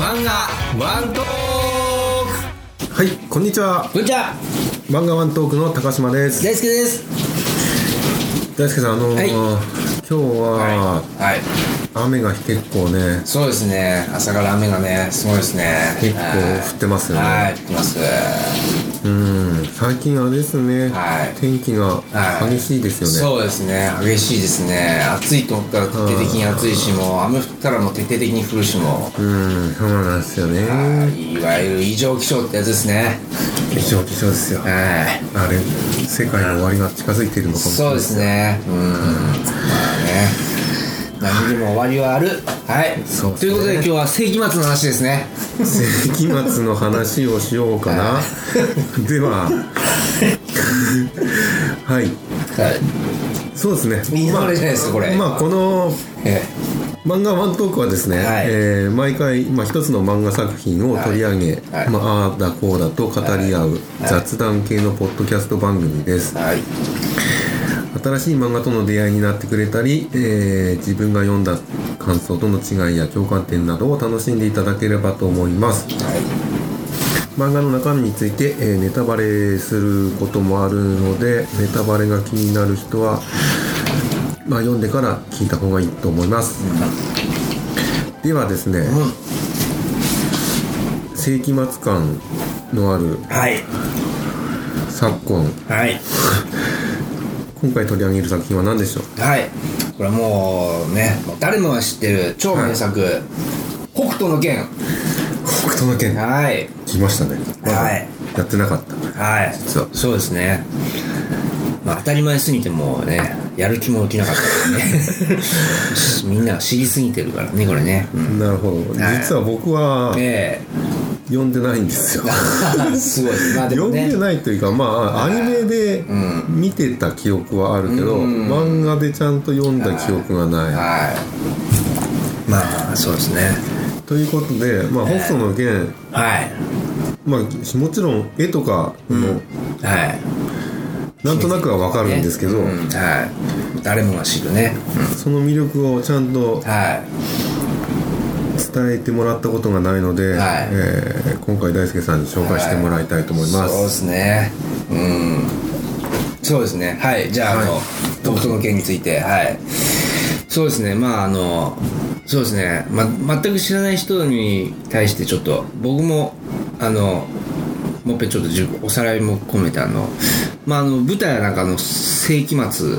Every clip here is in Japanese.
漫画ワントーク。 はい、こんにちは。 こんにちは。 漫画ワントークの高島です。 大輔です。 大輔さん、 はい、 今日は、 はい、 雨が結構ね。 そうですね。朝から雨がね、すごいですね。 結構降ってますよね。 はい、降ってます。 最近あれですね、 はい、 天気が激しいですよね。 そうですね、激しいですね。暑いと思ったら徹底的に暑いし、もう雨降ったらもう徹底的に降るしも。 そうなんですよね。 いわゆる異常気象ってやつですね。 異常気象ですよ。あれ、世界の終わりが近づいているのかもしれない。 そうですね。まあね。何でも終わりはある。はい。 そうですね。 ということで今日は世紀末の話ですね。 世紀末の話をしようかな。では、はい。そうですね。 いい流れじゃないですかこれ。 この漫画ワントークはですね、毎回一つの漫画作品を取り上げ、ああだこうだと語り合う雑談系のポッドキャスト番組です。新しい漫画との出会いになってくれたり、自分が読んだ感想との違いや共感点などを楽しんでいただければと思います。漫画の中身について、ネタバレすることもあるので、ネタバレが気になる人は、読んでから聞いた方がいいと思います。ではですね、世紀末感のある昨今、今回取り上げる作品は何でしょう？ これはもうね、誰もが知ってる超名作、北斗の拳。 北斗の拳。来ましたね。やってなかった。実はそうですね。当たり前すぎてもね、やる気も起きなかったからね。みんな知りすぎてるからね、これね。 なるほど。実は僕は読んでないんですよ。 すごい。 読んでないというか、アニメで見てた記憶はあるけど、漫画でちゃんと読んだ記憶がない。 そうですね。 ということで、北斗の拳、もちろん絵とかのなんとなくは分かるんですけど、 誰もが知るね。 その魅力をちゃんと伝えてもらったことがないので、今回大輔さんに紹介してもらいたいと思います。 そうですね。そうですね。じゃあ、北斗の拳について、そうですね。そうですね。全く知らない人に対してちょっと僕ももう一回ちょっとおさらいも込めて舞台はなんか世紀末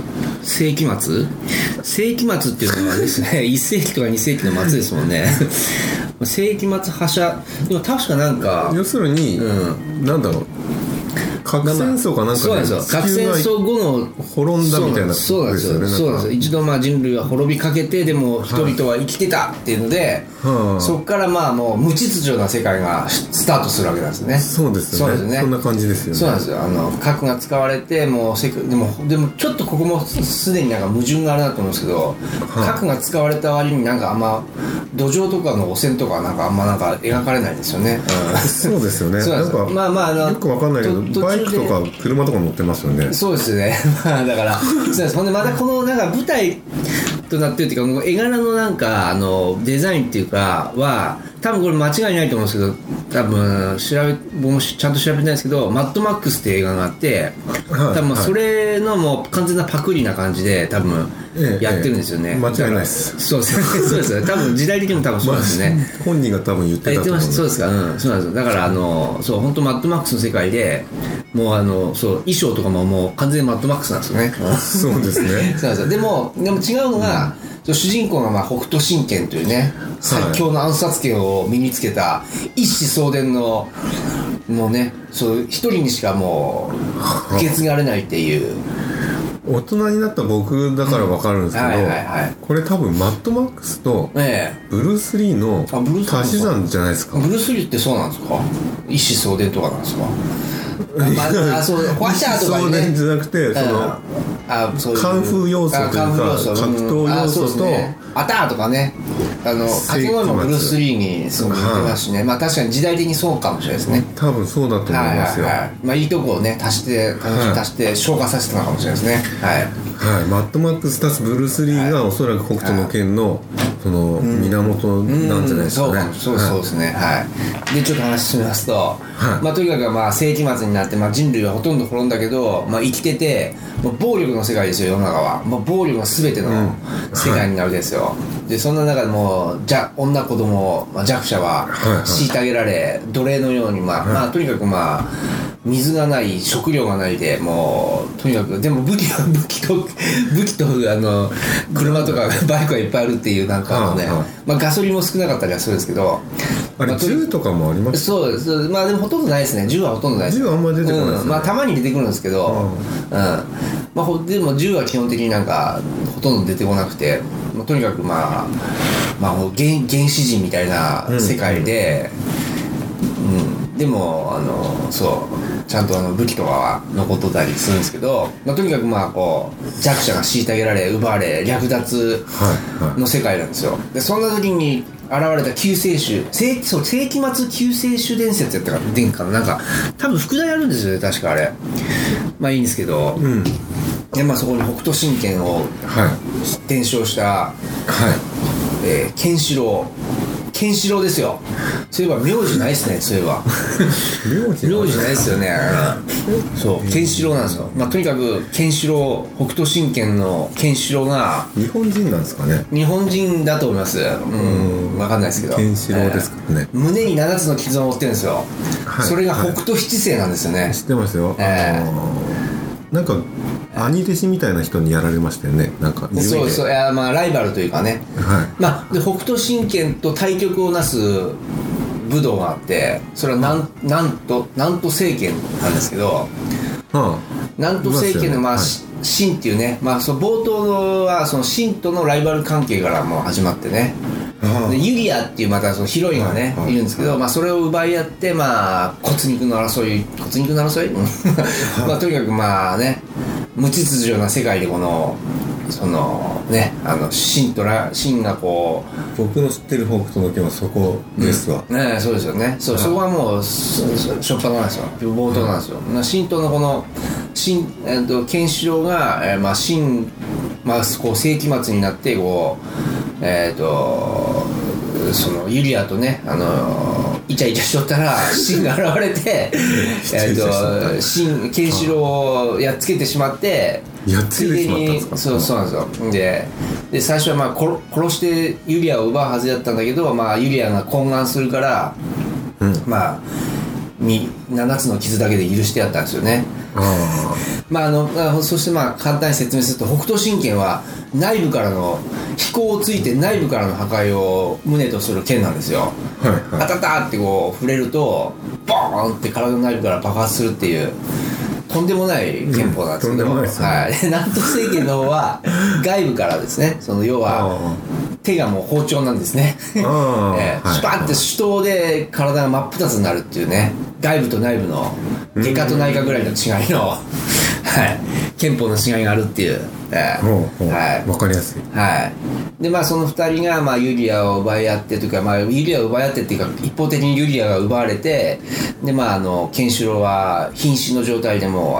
っていうのはですね1世紀とか2世紀の末ですもんね。世紀末覇者でも確かなんか要するに、なんだろう、核戦争かなんかで、 そうなんですよ。核戦争後の滅んだみたいなことですよね。 そうなんですよ。一度人類は滅びかけて、でも人々は生きてたっていうので、そこからもう無秩序な世界がスタートするわけなんですね。 そうですよね。そんな感じですよね。 そうなんですよ。核が使われて、でもちょっとここもすでになんか矛盾があるなと思うんですけど、核が使われた割になんかあんま土壌とかの汚染とかなんかあんまなんか描かれないですよね。 そうですよね。なんかよくわかんないけど、バイクとか車とか乗ってますよね。 そうですよね。だからほんでまたこのなんか舞台となってるっていうか、絵柄のなんかデザインっていうかは多分これ間違いないと思うんですけど、多分僕もちゃんと調べてないですけど、マッドマックスっていう映画があって、多分それのもう完全なパクリな感じで多分やってるんですよね。 間違いないです。 そうですよね。多分時代的にも多分そうですね。 本人が多分言ってたと思う。 そうですか。そうなんですよ。だからそう本当マッドマックスの世界でもうそう衣装とかももう完全にマッドマックスなんですよね。 そうですね。 そうなんですよ。でも違うのが、主人公の北斗神拳というね、最強の暗殺剣を身につけた一子相伝のもうね、そう一人にしかもう受け継がれないっていう。 大人になった僕だから分かるんですけど、これ多分マッドマックスとブルース・リーの足し算じゃないですか。 ブルース・リーってそうなんですか？一子相伝とかなんですか？そうファシャーとかね。 そうじゃなくてカンフー要素というか格闘要素とアターとかね、掛け声もブルース・リーにすごく似てますしね。確かに時代的にそうかもしれないですね。 多分そうだと思いますよ。 いいとこをね足して消化させたのかもしれないですね。 はい、マッドマックス+ブルース・リーがおそらく北斗の拳のその源なんじゃないですかね。 そうですね。はい。でちょっと話進めますと、はい、まあとにかくまあ世紀末になって、まあ人類はほとんど滅んだけど、まあ生きてて、もう暴力の世界ですよ世の中は。もう暴力のすべての世界になるわけですよ。はい、でそんな中でも女子供、まあ、弱者は虐げられ、奴隷のようにまあとにかくまあ水がない食料がないでもうとにかくでも武器と車とかバイクがいっぱいあるっていうなんかね、まあガソリンも少なかったりはするんですけど、 あれ銃とかもあります？ そうです。まあでもほとんどないですね。銃はほとんどないです。 銃はあんまり出てこないですね。 まあたまに出てくるんですけど、まあでも銃は基本的になんかほとんど出てこなくて、まあ、とにかくまあ原始人みたいな世界で、でもそうちゃんと武器とかは残っとったりするんですけど、まあ、とにかくまあこう弱者が虐げられ奪われ略奪の世界なんですよ。でそんな時に現れた救世主世紀末救世主伝説やったかな、なんか多分副題あるんですよね確かあれ。まあいいんですけど、でまあそこに北斗神拳を伝承した、ケンシロウですよ。そういえば名字ないっすね。そういえば名字ないっすよね。そうケンシロウなんですよ。まあとにかくケンシロウ、北斗神拳のケンシロウが日本人なんですかね。 日本人だと思います。分かんないですけど。 ケンシロウですかね。 胸に7つの傷を負ってるんですよ。それが北斗七星なんですよね。 知ってますよ。なんか兄弟子みたいな人にやられましたよね。なんかそうまあライバルというかね、まあで北斗神拳と対極をなす武道があって、それはなんと聖剣なんですけど、なんと聖剣のまあ神っていうね、まあその冒頭はその神とのライバル関係からもう始まってね、でユリアっていうまたそのヒロインがねいるんですけど、まあそれを奪い合ってまあ骨肉の争いまあとにかくまあね無秩序な世界でそのね神がこう僕の知ってる北斗の拳はそこですわ。 そうですよね。そこはもうしょっぱななんですよ。冒頭なんですよ。神とのこのケンシロウがまあこう世紀末になってこうそのユリアとねイチャイチャしとったらシンが現れてケンシロウをやっつけてしまって、 ついでにそうなんですよ。で最初はまあ殺してユリアを奪うはずだったんだけど、まあユリアが懇願するから、まあ7つの傷だけで許してやったんですよね。まあそしてまあ簡単に説明すると、北斗神拳は内部からの飛行をついて内部からの破壊を旨とする剣なんですよ。あたたってこう触れるとボーンって体の内部から爆発するっていうとんでもない拳法なんですけど、なんと聖剣の方は外部からですね、その要は手がもう包丁なんですね。スパッて手刀で体が真っ二つになるっていうね、外部と内部の外科と内科ぐらいの違いの憲法の違いがあるっていう、 分かりやすい。 でまあその2人がまあユリアを奪い合ってというか、まあユリアを奪い合ってっていうか一方的にユリアが奪われて、でまあケンシロウは瀕死の状態でも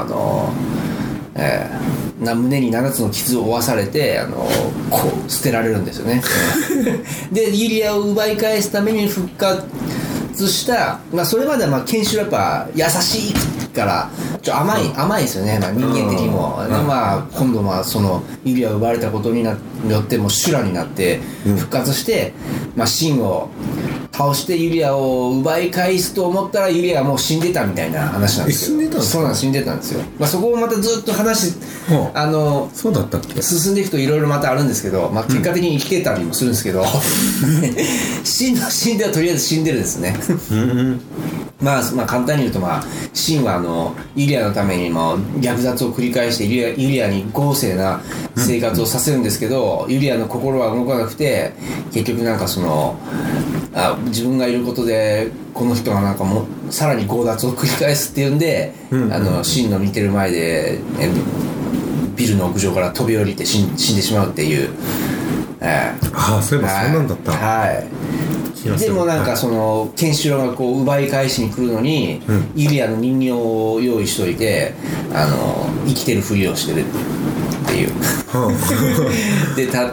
胸に7つの傷を負わされてこう捨てられるんですよね。でユリアを奪い返すために復活した、まあ、それまではまあケンシロウやっぱ優しいから甘いですよね、まあ、人間的にも。でまあ今度はそのユリアを奪われたことによってもう修羅になって復活して、まあシンを倒してユリアを奪い返すと思ったらユリアはもう死んでたみたいな話なんですよ。死んでたんですよ。まあ、そこをまたずっとそうだったっけ。 進んでいくといろいろまたあるんですけど、まあ、結果的に生きてたりもするんですけど、死んではとりあえず死んでるんですね。まあ簡単に言うと、まあシンはユリアのためにも略奪を繰り返してユリアに豪勢な生活をさせるんですけど、ユリアの心は動かなくて、結局なんか自分がいることでこの人がなんかもうさらに強奪を繰り返すっていうんで、シンの見てる前でビルの屋上から飛び降りて死んでしまうっていう。 そういえばそうなんだった。 でもなんかそのケンシロウがこう奪い返しに来るのに、ユリアの人形を用意しといて生きてるふりをしてるっていうで戦って、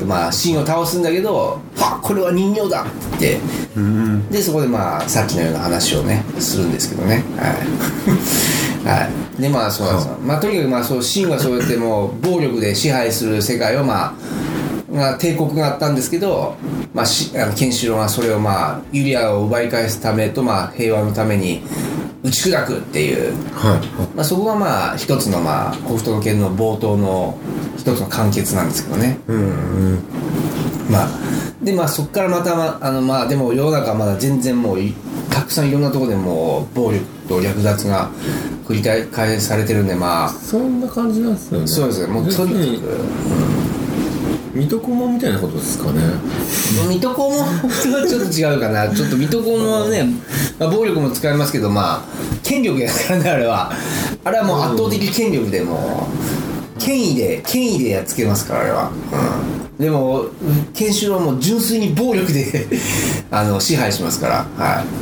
まあ、秦を倒すんだけど、これは人形だって言って、でそこでまあさっきのような話をねするんですけどね、はいはい、でまあそうなんですよ、まあ、とにかくまあそう秦はそうやってもう暴力で支配する世界をまあ帝国があったんですけど、まあ、ケンシロウはそれをまあユリアを奪い返すためと、まあ、平和のために打ち砕くっていう、まあ、そこがまあ一つのまあ北斗の拳の冒頭の一つの完結なんですけどね、まあでまあそこからまたまあでも世の中はまだ全然もうたくさんいろんなところでもう暴力と略奪が繰り返されてるんで、まあそんな感じなんですよね。 そうですね、もうとにかく水戸黄門みたいなことですかね。 水戸黄門はちょっと違うかな。ちょっと水戸黄門はね、まあ、暴力も使いますけど、まあ権力やからね、あれはもう圧倒的権力でもう権威でやっつけますから、あれは、でもケンシロウはもう純粋に暴力で支配しますから、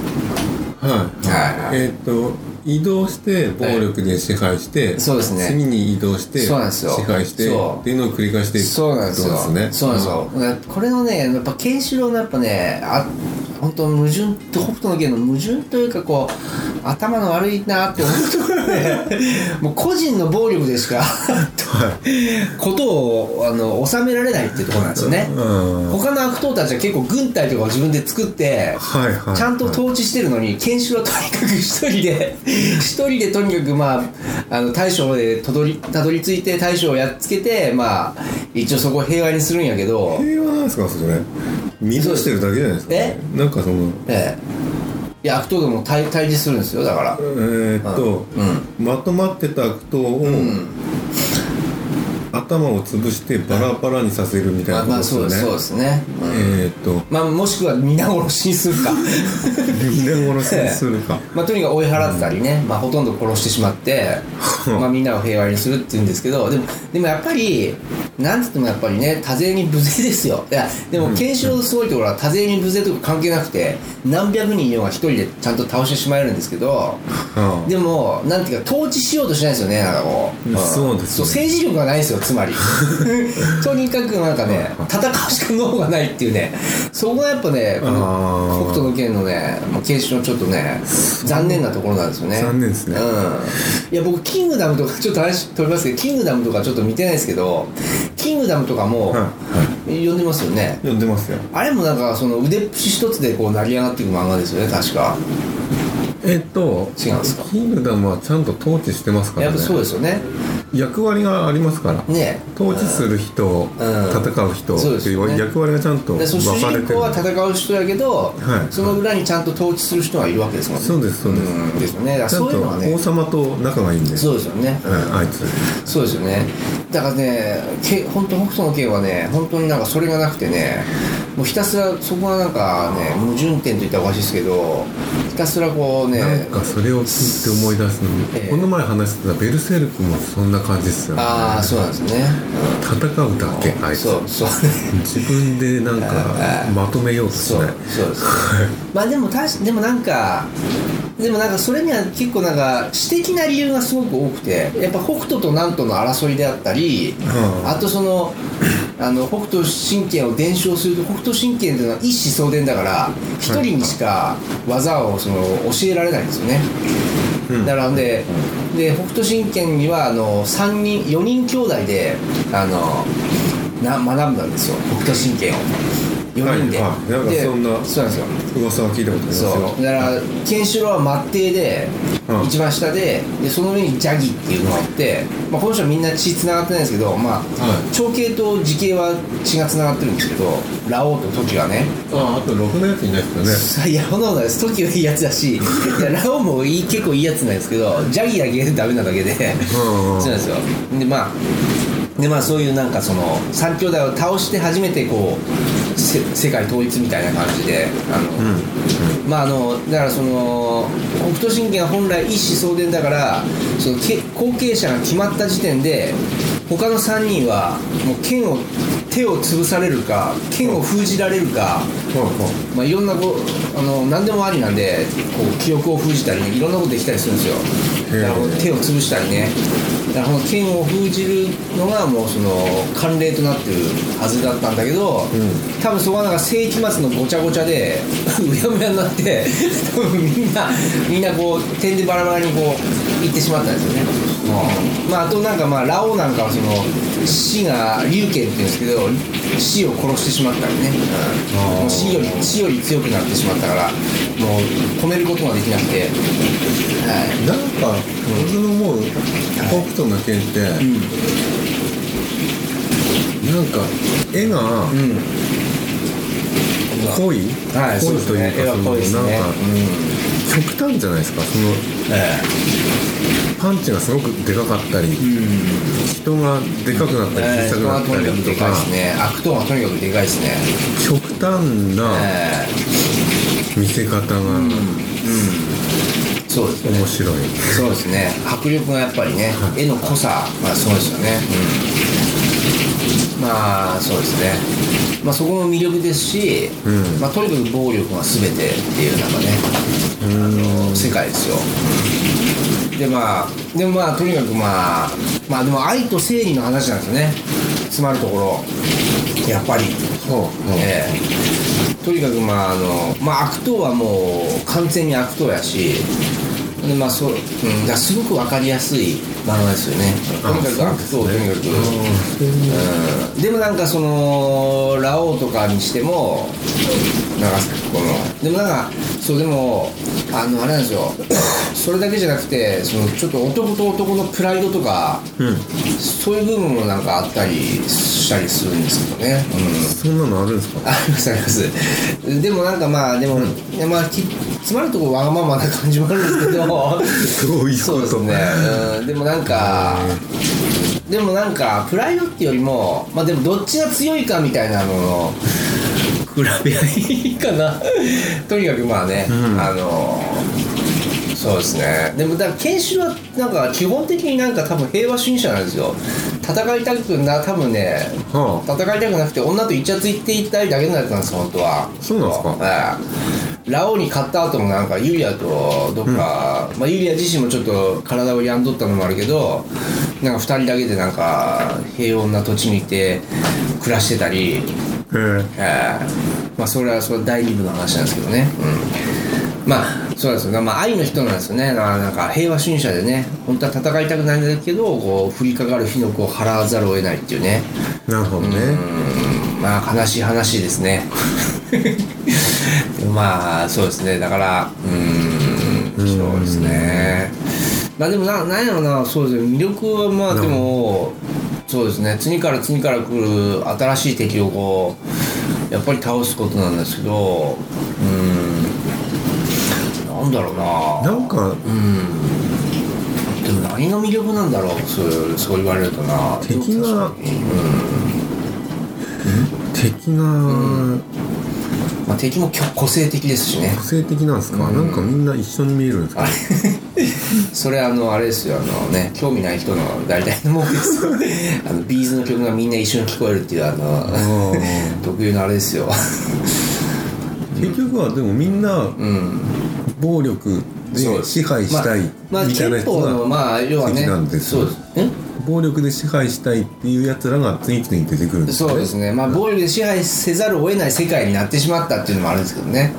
移動して暴力で支配して、 そうですね、 次に移動して支配してっていうのを繰り返していく。 そうなんですよ、そうなんですよ、これのねやっぱケンシロウのやっぱね本当矛盾と北斗の拳の矛盾というか、こう頭の悪いなって思うところでもう個人の暴力でしかことを収められないっていうところなんですよね。他の悪党たちは結構軍隊とかを自分で作って、ちゃんと統治してるのに、ケンシロウはとにかく一人でとにかくまあ大将でたどり着いて大将をやっつけて、まあ一応そこを平和にするんやけど。 平和なんですかそれ？乱してるだけじゃないですか、ね。なんかその。 いや悪党でも対峙するんですよ、だから。 まとまってた悪党を、頭を潰してバラバラにさせるみたいなことですよね。 そうですね。まあもしくは皆殺しにするか。 皆殺しにするか。 まあとにかく追い払ったりね、まあほとんど殺してしまって、まあみんなを平和にするって言うんですけど、でもやっぱりなんつってもやっぱりね、多勢に無勢ですよ。いやでもケンシロウのすごいところは多勢に無勢とか関係なくて、何百人いようが一人でちゃんと倒してしまえるんですけど、でもなんていうか統治しようとしないですよね、なんかこう。 そうですね。 政治力がないですよ、つまり。とにかくなんかね、戦うしか脳がないっていうね、そこがやっぱね、この北斗の拳のね、ケンシロウのちょっとね、残念なところなんですよね。 残念ですね。 いや僕キングダムとかちょっと話飛びますけど、キングダムとかちょっと見てないですけど、キングダムとかも読んでますよね。 読んでますよ。 あれもなんかその腕っぷし一つでこう成り上がっていく漫画ですよね、確か。違うんですか？ キングダムはちゃんと統治してますからね。 やっぱそうですよね。 役割がありますからね、 統治する人、戦う人っていう役割がちゃんと分かれてる。 主人公は戦う人やけど、その裏にちゃんと統治する人がいるわけですもんね。 そうですですよね。そういうのはね、 王様と仲がいいんで。 そうですよね、 あいつ。そうですよね。だからね、本当北斗の拳はね、本当になんかそれがなくてね、もうひたすらそこがなんかね、矛盾点と言ったらおかしいですけど、ひたすらこうね、 なんかそれを聞いて思い出すのに、この前話してたベルセルクもそんな感じですよね。 ああ、そうなんですね。 戦うだけ、あいつ。そう自分でなんかまとめようとしない。 そうです。まあでもなんかそれには結構なんか私的な理由がすごく多くて、やっぱ北斗と南斗の争いであったり、あとその北斗神拳を伝承すると、北斗神拳というのは一子相伝だから一人にしか技を教えられないんですよね。だからで北斗神拳には4人兄弟で学んだんですよ、北斗神拳を。4人で、 なんかそんなそうなんですよ、 噂は聞いたことありますよ。 そうだからケンシロウは末帝で、一番下でその上にジャギっていうのがあって、まあ、この人はみんな血つながってないんですけど、まあ長兄と慈兄は血がつながってるんですけど、ラオウとトキはね、 あとろくなやついないですよね。 いやそんなことないです。トキはいいやつだし、いやラオウも結構いいやつなんですけど、ジャギだけダメなだけでそうなんですよ。でまあそういうなんかその3兄弟を倒して初めてこう世界統一みたいな感じでまあだからその北斗神拳は本来一子相伝だから、その後継者が決まった時点で他の3人はもう手を潰されるか剣を封じられるか、まあ、いろんな何でもありなんでこう記憶を封じたり、ね、いろんなことできたりするんですよ。だから手を潰したりね、だからこの剣を封じるのがもうその慣例となってるはずだったんだけど、多分そこはなんか世紀末のごちゃごちゃでうやむやになって多分みんなこう点でバラバラにこういってしまったんですよね。まあ、あとなんかまあラオウなんかはその死が龍剣っていうんですけど、死を殺してしまったりね、もう死より強くなってしまったからもう止めることができなくて、 なんか僕の思う北斗の拳って、なんか絵が濃い、濃いというか、なんか極端じゃないですか、そのパンチがすごくでかかったり、人がでかくなったり小さくなったりとか、 悪党がとにかくでかいですね。 極端な見せ方が、 そうですね、 面白い。 そうですね、迫力がやっぱりね、絵の濃さがすごいですよね。まあそうですね、まあ、そこも魅力ですし、まあ、とにかく暴力が全てっていうなんかね、世界ですよ。でもまあとにかくまあでも愛と正義の話なんですよね、つまるところやっぱり。とにかくまあ悪党はもう完全に悪党やし、でまあそう、すごく分かりやすい漫画ですよね。とにかく悪党、とにかく、でもなんかそのラオウとかにしてもなんかでもなんかそうでもあれなんですよ、それだけじゃなくてそのちょっと男と男のプライドとか、そういう部分もなんかあったりしたりするんですけどね。 そんなのあるんですか？ ありますあります。でもなんかまあでも、まあつまるところわがままな感じもあるんですけどそういうこと。 そうですね、でもなんかプライドっていうよりも、まあでもどっちが強いかみたいなのの比べ合いかなとにかくまあね、そうですね。でもだからケンシロウはなんか基本的になんか多分平和主義者なんですよ。戦いたくな多分ね、戦いたくなくて女とイチャついていたいだけのやつなんです本当は。 そうなんですか？ ラオウに勝った後もなんかユリアとどっか、まあユリア自身もちょっと体を病んどったのもあるけど、なんか2人だけでなんか平穏な土地にいて暮らしてたり、まあそれは第2部の話なんですけどね。まあそうですよね、まあ愛の人なんですよね。なんか平和主義者でね、本当は戦いたくないんだけどこう降りかかる火の粉を払わざるを得ないっていうね。 なるほどね。 まあ悲しい話ですねまあそうですね、だからそうですね。まあでもなんやろな、そうですね、魅力はまあでもそうですね、次から来る新しい敵をこうやっぱり倒すことなんですけど、なんだろうな、なんかでも何が魅力なんだろう、そう言われるとな。 敵がまあ、敵も個性的ですしね。 個性的なんですか？なんかみんな一緒に見えるんですか？ それあれですよ、ね、興味ない人の大体のもんですよビーズの曲がみんな一緒に聞こえるっていう特有のあれですよ結局はでもみんな、暴力で支配したいみたいな人が敵なんですよ。暴力で支配したいっていうやつらが次々に出てくるんですね。 そうですね、まあ暴力で支配せざるを得ない世界になってしまったっていうのもあるんですけどね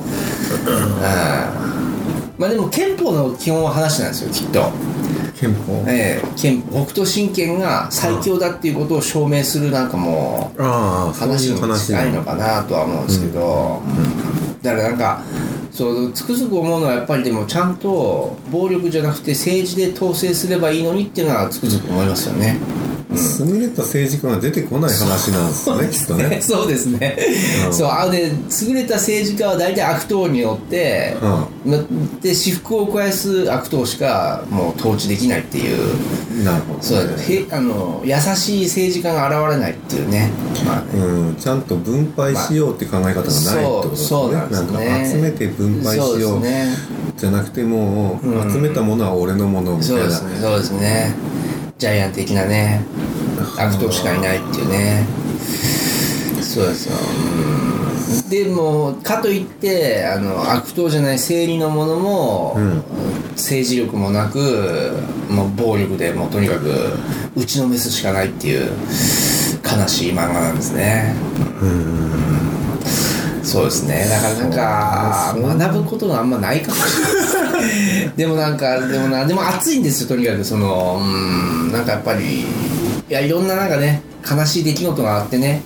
まあでも憲法の基本は話なんですよきっと。 憲法、 北斗神拳が最強だっていうことを証明するなんかもう話に近いのかなとは思うんですけど、だからなんかそうつくづく思うのはやっぱりでもちゃんと暴力じゃなくて政治で統制すればいいのにっていうのはつくづく思いますよね。 優れた政治家が出てこない話なんですねきっとねそうですね、そうで優れた政治家は大体悪党によって、で私腹を肥やす悪党しかもう統治できないっていう。 なるほど、ね、 そう優しい政治家が現れないっていうね、 ちゃんと分配しようって考え方がないってことですね。 そうなんですね。 なんか集めて分配しようじゃなくてもう、集めたものは俺のものみたいな。 そうですねジャイアン的なね。 悪党しかいないっていうね。そうですよ。でもかといって悪党じゃない生理のものも、政治力もなくもう暴力でもうとにかく打ちのめすしかないっていう悲しい漫画なんですね。そうですね。だから学ぶことがあんまないかもしれないでも熱いんですよ。とにかくなんかやっぱりいろんななんかね悲しい出来事があってね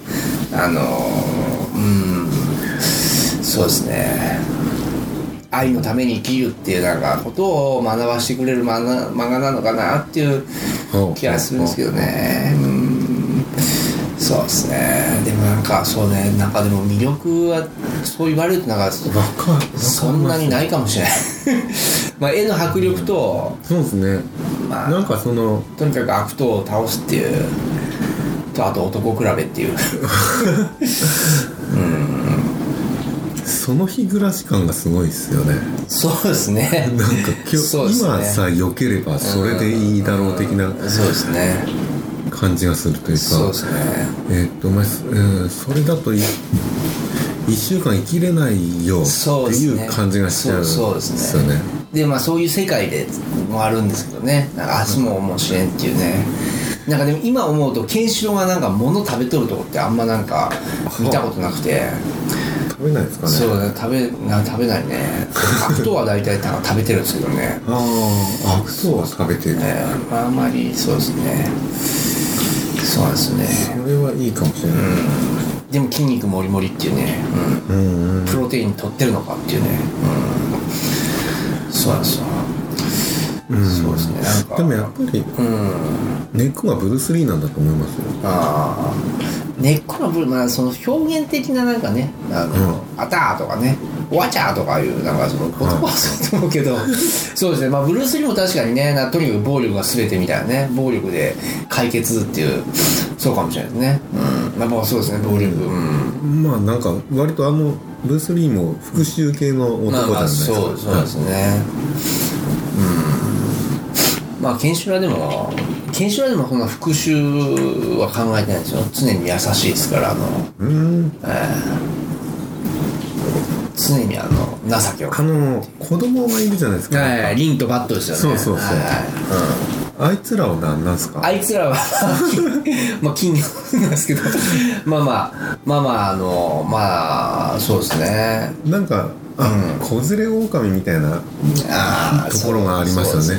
そうですね。愛のために生きるっていうなんかことを学ばしてくれる漫画なのかなっていう気がするんですけどね。そうですね。でもなんかそうね、なんかでも魅力はそう言われるとなんかそんなにないかもしれない絵の迫力とそうですね、なんかとにかく悪党を倒すっていうとあと男比べっていうその日暮らし感がすごいですよね。 そうですね。 なんか今さ良ければそれでいいだろう的なそうですね感じがするというか。 そうですね。 それだと1週間生きれないよっていう感じがしちゃうんですよね。 でそういう世界でもあるんですけどね。なんか明日も面白いっていうね。なんかでも今思うとケンシロウがなんか物食べとるとこってあんまなんか見たことなくて。 食べないですかね。 そうね、食べないね。悪党は大体食べてるんですけどね。 悪党は食べてる。 あんまりそうですね。そうなんですね。 それはいいかもしれない。 でも筋肉もりもりっていうね。プロテイン取ってるのかっていうね。そうなんですよ。そうですね。なんかでもやっぱり根っこがブルース・リーなんだと思いますよ。 根っこの部分、その表現的ななんかねあたーとかねわちゃーとかいうなんかその言葉はそうと思うけどそうですね。ブルース・リーも確かにねとにかく暴力が全てみたいなね暴力で解決っていうそうかもしれないですね。そうですね暴力なんか割とブルース・リーも復讐系の男じゃないですか。 そうですね。ケンシロウでもそんな復讐は考えてないんですよ。常に優しいですから常に情けを子供がいるじゃないですか。 リンとバットですよね。 そう、あいつらは何ですか。 あいつらは金魚なんですけどそうですね。 なんか子連れ狼みたいなところがありますよね。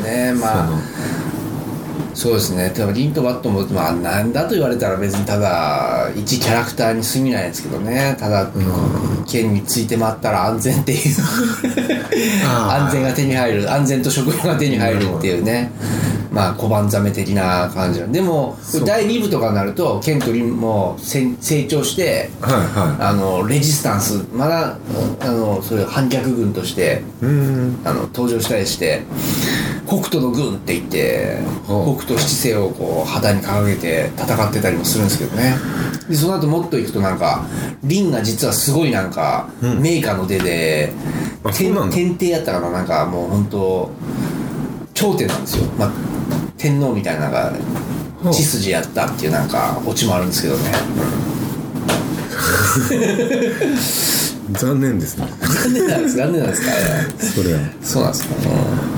そうですね。多分リンとバットもなんだと言われたら別にただ一キャラクターに過ぎないですけどね。ただ剣について回ったら安全っていう安全が手に入る、安全と食料が手に入るっていうね。小判ザメ的な感じでも第2部とかになるとケンとリンも成長して、レジスタンスまだそういう反逆軍として登場したりして北斗の軍って言って北斗七星をこう旗に掲げて戦ってたりもするんですけどね。でその後もっといくとなんかリンが実はすごいなんか名家の出で天帝やったかな、なんかもう本当頂点なんですよ。天皇みたいなのが血筋やったっていうなんかオチもあるんですけどね。 残念ですね。 残念なんですかね。 それはそうなんですかね。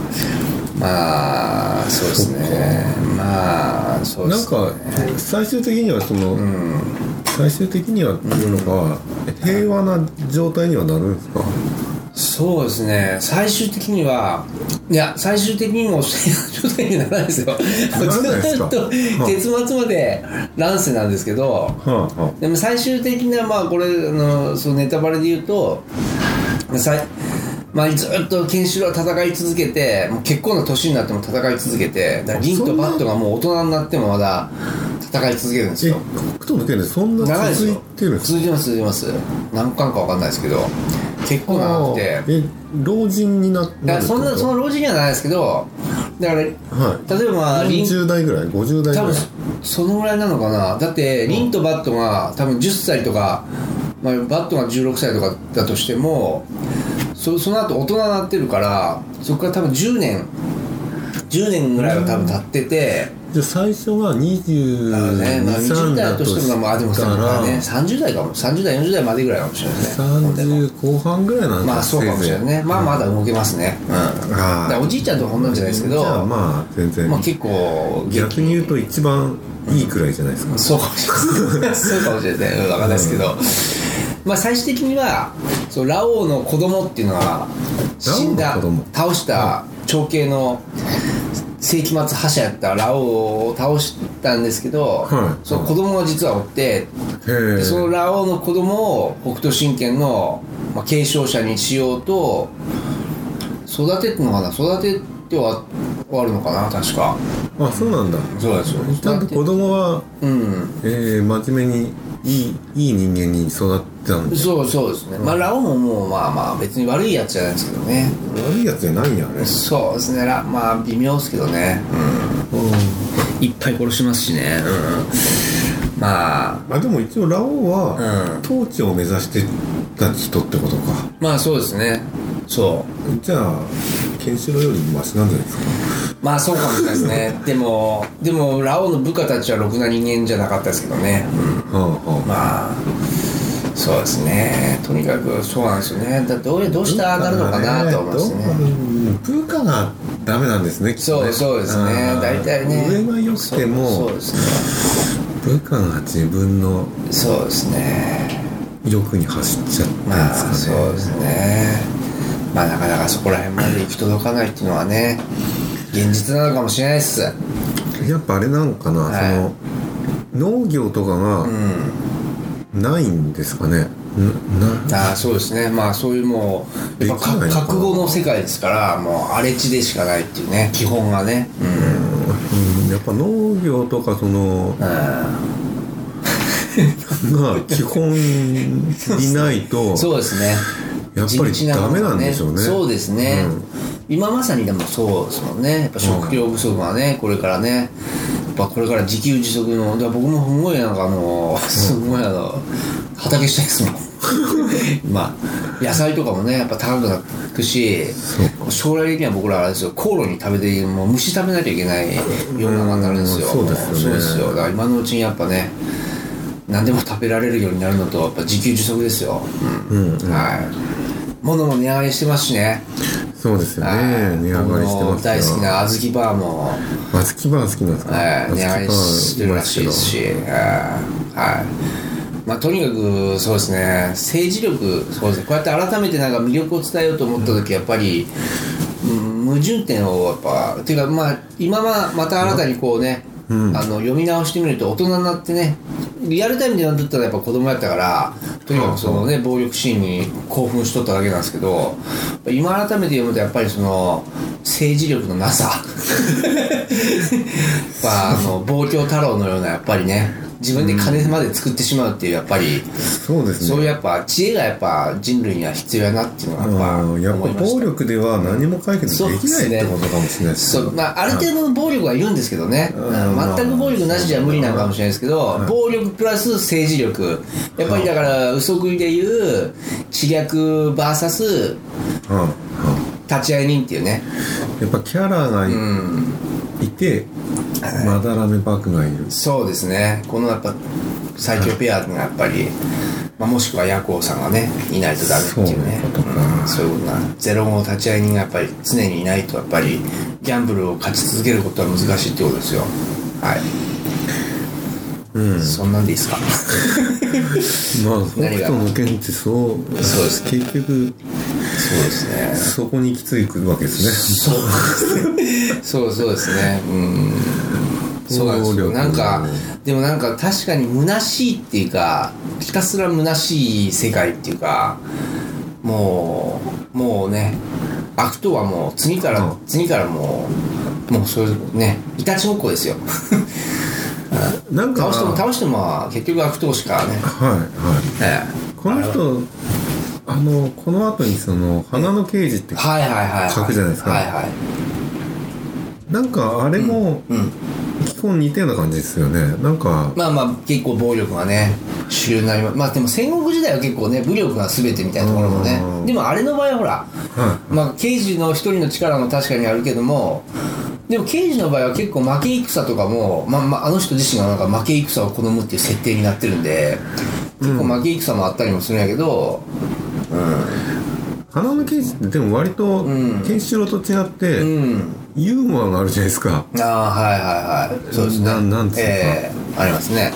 そうですね。そうですね。 なんか最終的には最終的にはっていうのが平和な状態にはなるんですか。 そうですね。最終的にも平和状態にならないですよ。ずっと結末まで乱世なんですけど、でも最終的なこれそのネタバレで言うとずっとケンシロウは戦い続けて、もう結構な年になっても戦い続けて、リンとバットがもう大人になってもまだ戦い続けるんですよ。 北斗の拳でそんな続いてるんですか。続いてます。何巻か分かんないですけど結構長くて老人になってその老人にはないですけど、だから、例えば 40代ぐらい50代ぐらい多分そのぐらいなのかな。だってリンとバットが多分10歳とか、バットが16歳とかだとしてもその後大人になってるから、そこから多分10年ぐらいは多分経ってて、 じゃあ最初が22、 ね、まあ、20代としても、まあでもさ、ね、30代かも、30代40代までぐらいかもしれないね。 30後半ぐらいなんですか。 まあそうかもしれないね。まあまだ動けますね。だからおじいちゃんとこんなんじゃないですけど、 じゃあまあ全然、 まあ結構逆に言うと一番いいくらいじゃないですか。 そうかもしれない。そうかもしれない。分かんないですけど、まあ最終的にはそうラオウの子供っていうのは死んだ、倒した長兄の世紀末覇者やったラオウを倒したんですけど、その子供が実はおって、でそのラオウの子供を北斗神拳の、まあ、継承者にしようと育てってのかな、育てては終わるのかな、確か。 あ、そうなんだ。 そうです。 ちゃんと子供は、真面目にいい人間に育ってたんで。 そうですね。まあラオウももうまあ別に悪いやつじゃないですけどね。 悪いやつじゃないんやね。 そうですね。まあ微妙ですけどね。いっぱい殺しますしね。まあでも一応ラオウは、統治を目指してた人ってことか。 まあそうですね。そう。 じゃあケンシロウよりマシなんじゃないですか。 まあそうかもしれないですね。でもラオウの部下たちはろくな人間じゃなかったですけどね。まあそうですね。とにかくそうなんですよね。だってどうして上がるのかなと思いますね。 部下がダメなんですね。きっとね。 そうですね。大体ね。 上が良くてもそうですね。部下が自分のそうですね。 欲に走っちゃってるんですかね。 まあそうですね。まあなかなかそこら辺まで行き届かないっていうのはね、現実なのかもしれないっす。 やっぱあれなんかな、その農業とかがないんですかね。 そうですね。まあそういうもうやっぱ覚悟の世界ですから、もう荒れ地でしかないっていうね、基本がね。 やっぱ農業とかそのが基本にないとそうですね。 やっぱりダメなんでしょうね。 そうですね。今まさにでもそうですもんね。やっぱ食料不足がね、これからね、やっぱこれから自給自足の、僕もすごいなんかすごい畑したいですもん。まあ野菜とかもねやっぱ高くなってくし、将来的には僕らあれですよ、コオロギ食べてもう虫食べなきゃいけない世の中になるんですよ。 そうですよね。 そうですよ。だから今のうちにやっぱね何でも食べられるようになるのとやっぱ自給自足ですよ。はい。物も値上がりしてますしね。 そうですよね。値上がりしてますよ。 大好きな小豆バーも小豆バー好きなんですか。 値上がりしてるらしいですし、まあとにかくそうですね、政治力、そうですね、こうやって改めてなんか魅力を伝えようと思った時やっぱり、矛盾点をやっぱっていうか、まあ今はまた新たにこうね、読み直してみると大人になってね、リアルタイムで読んでたらやっぱ子供やったからとにかくそのね暴力シーンに興奮しとっただけなんですけど、今改めて読むとやっぱりその政治力のなさ望郷太郎のようなやっぱりね、自分で金まで作ってしまうっていうやっぱり、 そうですね、 そういうやっぱ知恵がやっぱ人類には必要やなっていうのがやっぱ暴力では何も解決できないってことかもしれないです。 ある程度の暴力はいるんですけどね、全く暴力なしじゃ無理なのかもしれないですけど、暴力プラス政治力、やっぱりだから嘘食いでいう知略 VS 立ち会い人っていうね、 やっぱキャラがいて、まだらめバクがいる。 そうですね。このやっぱ最強ペアがやっぱり、もしくはヤコウさんがねいないとダメっていうね、そういうことな、05立ち会い人がやっぱり常にいないとやっぱりギャンブルを勝ち続けることは難しいってことですよ。はい。そんなんでいいですか。 まあ北斗の拳ってそうです結局そうですね、 そこに行き着くわけですね。 そうですね。そうなんですよ。なんかでもなんか確かに虚しいっていうか、ひたすら虚しい世界っていうか、もうね、悪党はもう次からもうそういうね、いたちごっこですよ。 なんか倒しても結局悪党しかね。 この人この後にその花の刑事って書くじゃないですか。なんかあれも基本似たような感じですよね。なんかまあ結構暴力がね主流になります。でも戦国時代は結構ね武力が全てみたいなところもね。でもあれの場合はほら、刑事の一人の力も確かにあるけども、 でも刑事の場合は結構負け戦とかも、あの人自身がなんか負け戦を好むっていう設定になってるんで、結構負け戦もあったりもするんやけど、 花の刑事ってでも割とケンシロウと違って、ユーモアがあるじゃないですか。 ああ、はいはいはい、そうですね。 なんつうか、 ありますね。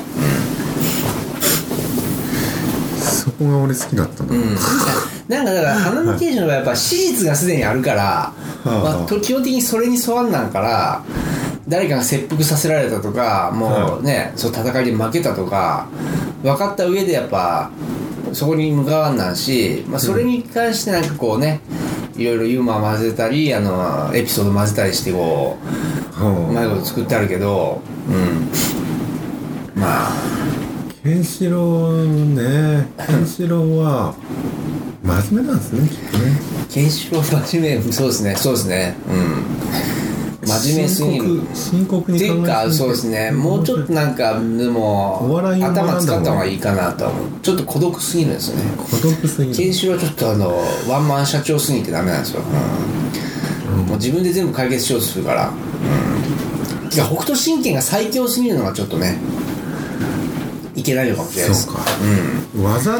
そこが俺好きだったな。 なんかだから花の刑事の場合やっぱ史実がすでにあるから、基本的にそれに沿わんなんから誰かが切腹させられたとか、もうね、そう戦いで負けたとか分かった上でやっぱそこに向かわんなんし、それに関してなんかこうね、いろいろユーモア混ぜたりエピソード混ぜたりしてこう、うまいこと作ってあるけど、まあケンシロウは真面目なんですね、きっとね。 ケンシロウ真面目、そうですね、真面目すぎる。 深刻に考えてっていうか、そうですね、もうちょっとなんかでも頭使った方がいいかなと思う。ちょっと孤独すぎるんですよね。 孤独すぎる。 ケンシロウはちょっとワンマン社長すぎてダメなんですよ。もう自分で全部解決しようとするから。北斗神拳が最強すぎるのがちょっとね、いけないのかもしれないです。 そうか。技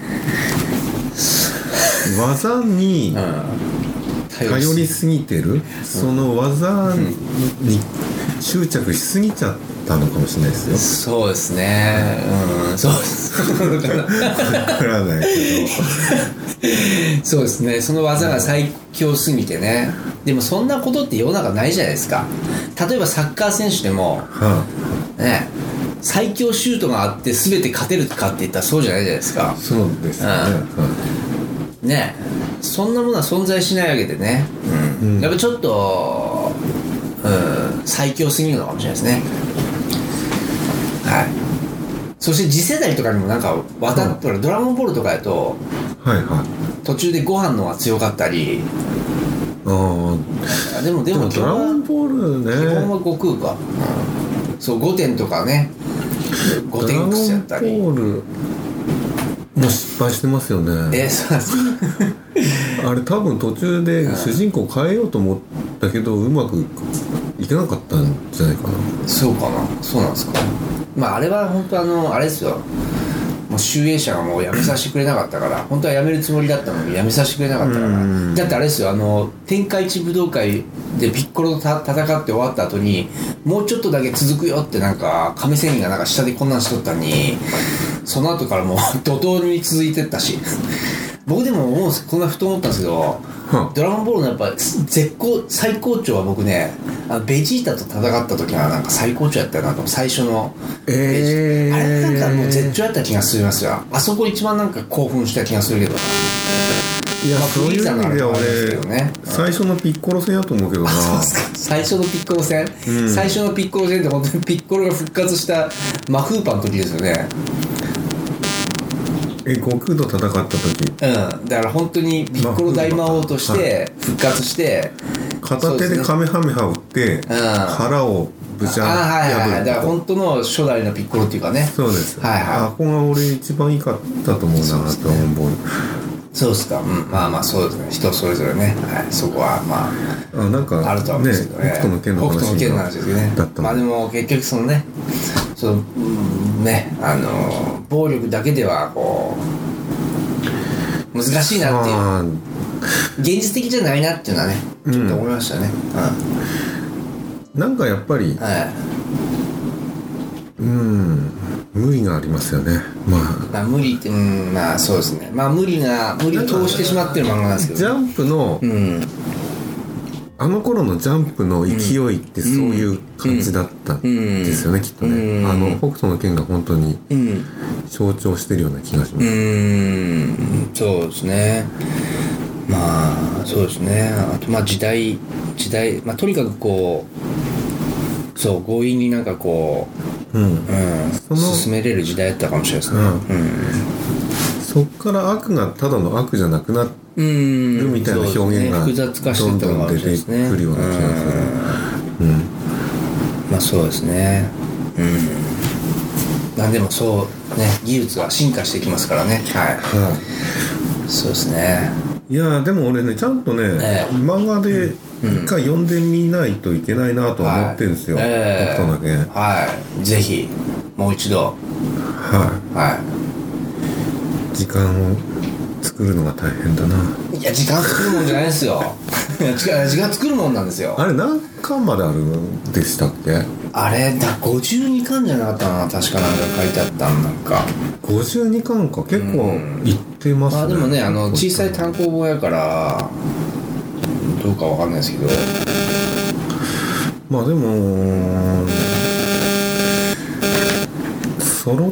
に頼りすぎてる、その技に執着しすぎちゃったのかもしれないですよ。 そうですね。そうからないけどそうですね、その技が最強すぎてね。でもそんなことって世の中ないじゃないですか。例えばサッカー選手でも、ね、最強シュートがあって全て勝てるかって言ったらそうじゃないじゃないですか。 そうですね。 ね、そんなものは存在しないわけでね、やっぱちょっと、最強すぎるのかもしれないですね。はい。そして次世代とかにもなんかドラゴンボールとかだと、途中でご飯の方が強かったり。でもドラゴンボールね、 基本は悟空か、そう5点とかね、5点くやったり。 ドラゴンボールもう失敗してますよね。 そうなんですか。 あれ多分途中で主人公変えようと思ったけどうまくいけなかったんじゃないかな。 そうかな、そうなんですか。あれは本当あれですよ、もう集英社がもう辞めさせてくれなかったから本当は辞めるつもりだったのに辞めさせてくれなかったから。だってあれですよ、天下一武道会でピッコロと戦って終わった後にもうちょっとだけ続くよってなんか亀仙人がなんか下でこんなんしとったのに、その後からもう怒涛に続いてったし僕でも思うこんなふと思ったんですけど、ドラゴンボールのやっぱ最高潮は僕ね、ベジータと戦った時はなんか最高潮やったよなと、最初のあれなんかもう絶頂やった気がするますよ。あそこ一番なんか興奮した気がするけど。 いや、そういう意味では俺、最初のピッコロ戦やと思うけどな。 最初のピッコロ戦、最初のピッコロ戦って本当にピッコロが復活したマフーパの時ですよね。 悟空と戦った時、 だから本当にピッコロ大魔王として復活して、 片手でカメハメハ打って、腹をぶち破る。 だから本当の初代のピッコロっていうかね。 そうです。あこが俺一番いいかったと思うな、ドラゴンボール。 そうですか。そうですね、人それぞれね、そこはなんかあるとは思うんですけどね。 北斗の拳の話ですけどね。でも結局そのね、暴力だけではこう難しいなっていう、現実的じゃないなっていうのはね、ちょっと思いましたね。 なんかやっぱり、無理がありますよね。 無理ってそうですね。無理を通してしまってる漫画なんですけど、 ジャンプの、あの頃のジャンプの勢いってそういう感じだったんですよね、きっとね。北斗の拳が本当に象徴してるような気がします。 そうですね。そうですね。あと時代、とにかくこう強引になんかこう、進めれる時代だったかもしれないですね。 そっから悪がただの悪じゃなくなるみたいな表現が複雑化してどんどん出てくるような気がする。 そうですね。でもそうね、技術は進化してきますからね。そうですね。 いやでも俺ねちゃんとね、漫画で一回読んでみないといけないなと思ってるんですよ、北斗の拳。 はいぜひもう一度時間を作るのが大変だな。 いや時間作るもんじゃないですよ時間作るもんなんですよ。 あれ何巻まであるんでしたっけ。 あれだ52巻じゃなかったな確か。なんか書いてあったんなんか 52巻か結構いってますね。 まあでもね小さい単行本やからどうかわかんないですけど、 まあでも揃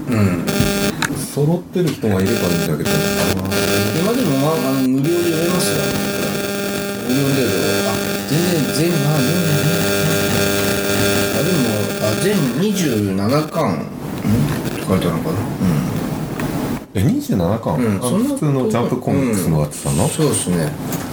ってる人がいればいいんだけど、 今でも無料で読めますよ。無料で全27巻って書いてあるのかな。 27巻、普通のジャンプコミックスのやつだな。 そうですね。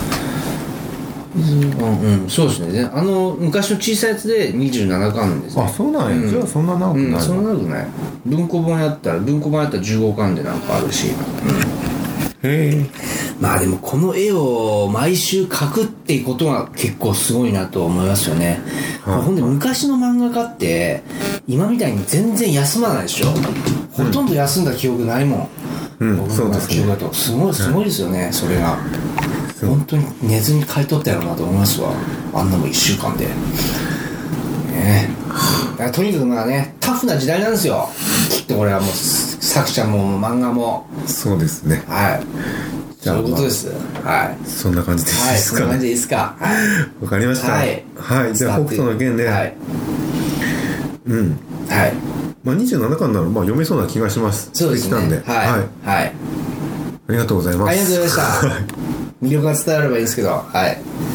そうですね。昔の小さいやつで27巻ですね。 あ、そうなんや。じゃあそんな長くない。 そんな長くない。文庫本やったら15巻でなんかあるし。 へえ。 まあでもこの絵を毎週描くっていうことが結構すごいなと思いますよね。ほんで昔の漫画家って今みたいに全然休まないでしょ。ほとんど休んだ記憶ないもん。僕の記憶だとすごいですよね。それが本当に寝ずに買い取ったやろうなと思いますわ。あんなもん1週間でね。とにかくまあねタフな時代なんですよきっと。これはもう作者も漫画もそうですね。 そういうことです。 そんな感じでいいですかね。 そんな感じでいいですか。 わかりました。じゃあ北斗の拳でまあ27巻ならまあ読めそうな気がします。 そうですね。 できたんでありがとうございます。 ありがとうございました。魅力が伝わればいいんですけど